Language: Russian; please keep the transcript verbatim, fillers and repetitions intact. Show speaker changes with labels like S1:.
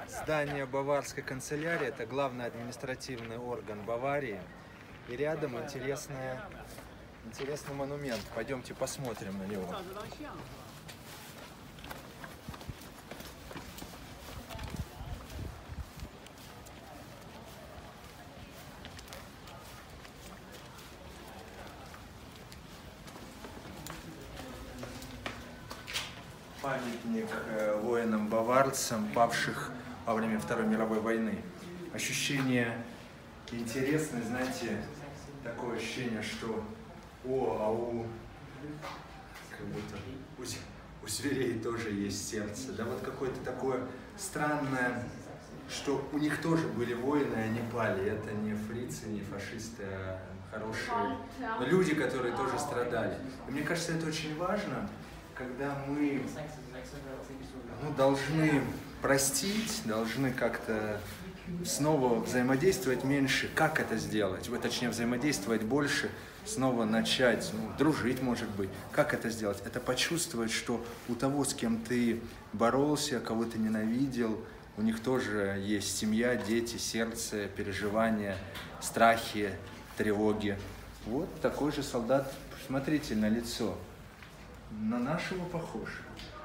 S1: Здание Баварской канцелярии – это главный административный орган Баварии. И рядом интересная, интересный монумент. Пойдемте посмотрим на него. Памятник воинам-баварцам, павших во время Второй мировой войны. Ощущение интересное, знаете, такое ощущение, что о, а у, как будто у, у зверей тоже есть сердце. Да, вот какое-то такое странное, что у них тоже были воины, и они пали. Это не фрицы, не фашисты, а хорошие люди, которые тоже страдали. И мне кажется, это очень важно, когда мы ну, должны простить, должны как-то снова взаимодействовать меньше. Как это сделать? Вот, точнее, взаимодействовать больше, снова начать ну, дружить, может быть. Как это сделать? Это почувствовать, что у того, с кем ты боролся, кого ты ненавидел, у них тоже есть семья, дети, сердце, переживания, страхи, тревоги. Вот такой же солдат, смотрите на лицо. На нашего похож.